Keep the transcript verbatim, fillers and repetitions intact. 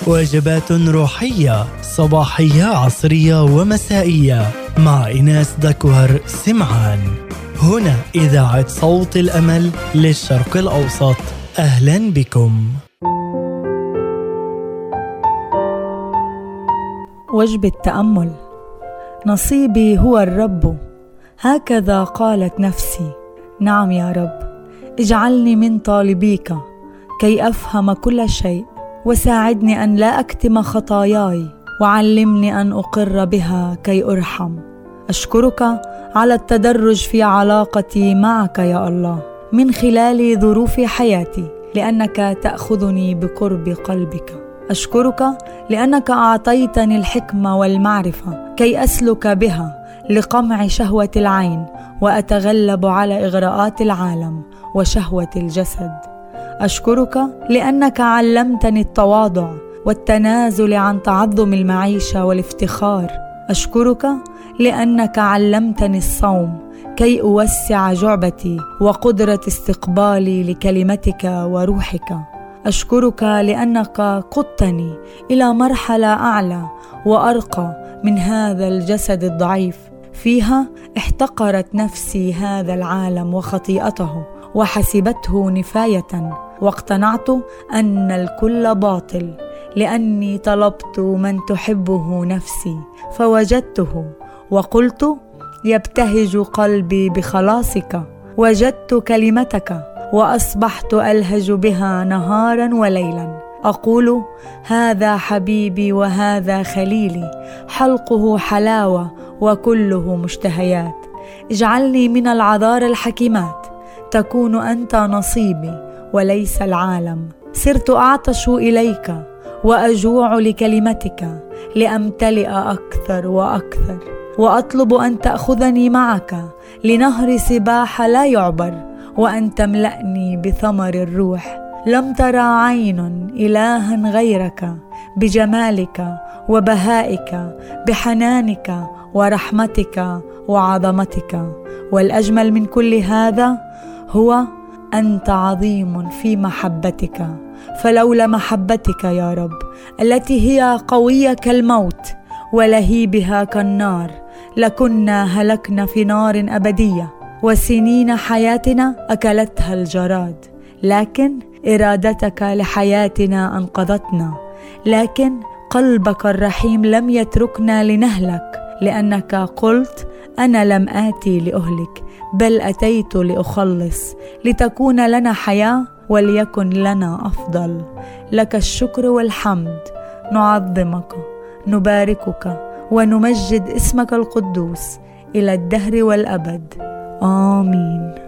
وجبات روحية صباحية عصرية ومسائية مع إيناس دكوهر سمعان، هنا إذاعة صوت الأمل للشرق الأوسط. أهلا بكم. وجبة تأمل. نصيبي هو الرب، هكذا قالت نفسي. نعم يا رب، اجعلني من طالبيك كي أفهم كل شيء، وساعدني أن لا أكتم خطاياي، وعلمني أن أقر بها كي أرحم. أشكرك على التدرج في علاقتي معك يا الله من خلال ظروف حياتي، لأنك تأخذني بقرب قلبك. أشكرك لأنك أعطيتني الحكمة والمعرفة كي أسلك بها لقمع شهوة العين، وأتغلب على إغراءات العالم وشهوة الجسد. أشكرك لأنك علمتني التواضع والتنازل عن تعظم المعيشة والافتخار. أشكرك لأنك علمتني الصوم كي أوسع جعبتي وقدرة استقبالي لكلمتك وروحك. أشكرك لأنك قدتني إلى مرحلة أعلى وأرقى من هذا الجسد الضعيف، فيها احتقرت نفسي هذا العالم وخطيئته وحسبته نفاية، واقتنعت أن الكل باطل، لأني طلبت من تحبه نفسي فوجدته، وقلت يبتهج قلبي بخلاصك. وجدت كلمتك وأصبحت ألهج بها نهارا وليلا، أقول هذا حبيبي وهذا خليلي، حلقه حلاوة وكله مشتهيات. اجعلني من العذار الحكيمات، تكون أنت نصيبي وليس العالم. صرت أعطش إليك وأجوع لكلمتك لأمتلئ أكثر وأكثر، وأطلب أن تأخذني معك لنهر سباحة لا يعبر، وأن تملأني بثمر الروح. لم ترى عين إلها غيرك، بجمالك وبهائك، بحنانك ورحمتك وعظمتك. والأجمل من كل هذا هو أنت عظيم في محبتك، فلولا محبتك يا رب التي هي قوية كالموت ولهيبها كالنار، لكنا هلكنا في نار أبدية، وسنين حياتنا أكلتها الجراد. لكن إرادتك لحياتنا أنقذتنا، لكن قلبك الرحيم لم يتركنا لنهلك، لأنك قلت أنا لم آتي لأهلك بل أتيت لأخلص، لتكون لنا حياة وليكن لنا أفضل. لك الشكر والحمد، نعظمك نباركك ونمجد اسمك القدوس إلى الدهر والأبد. آمين.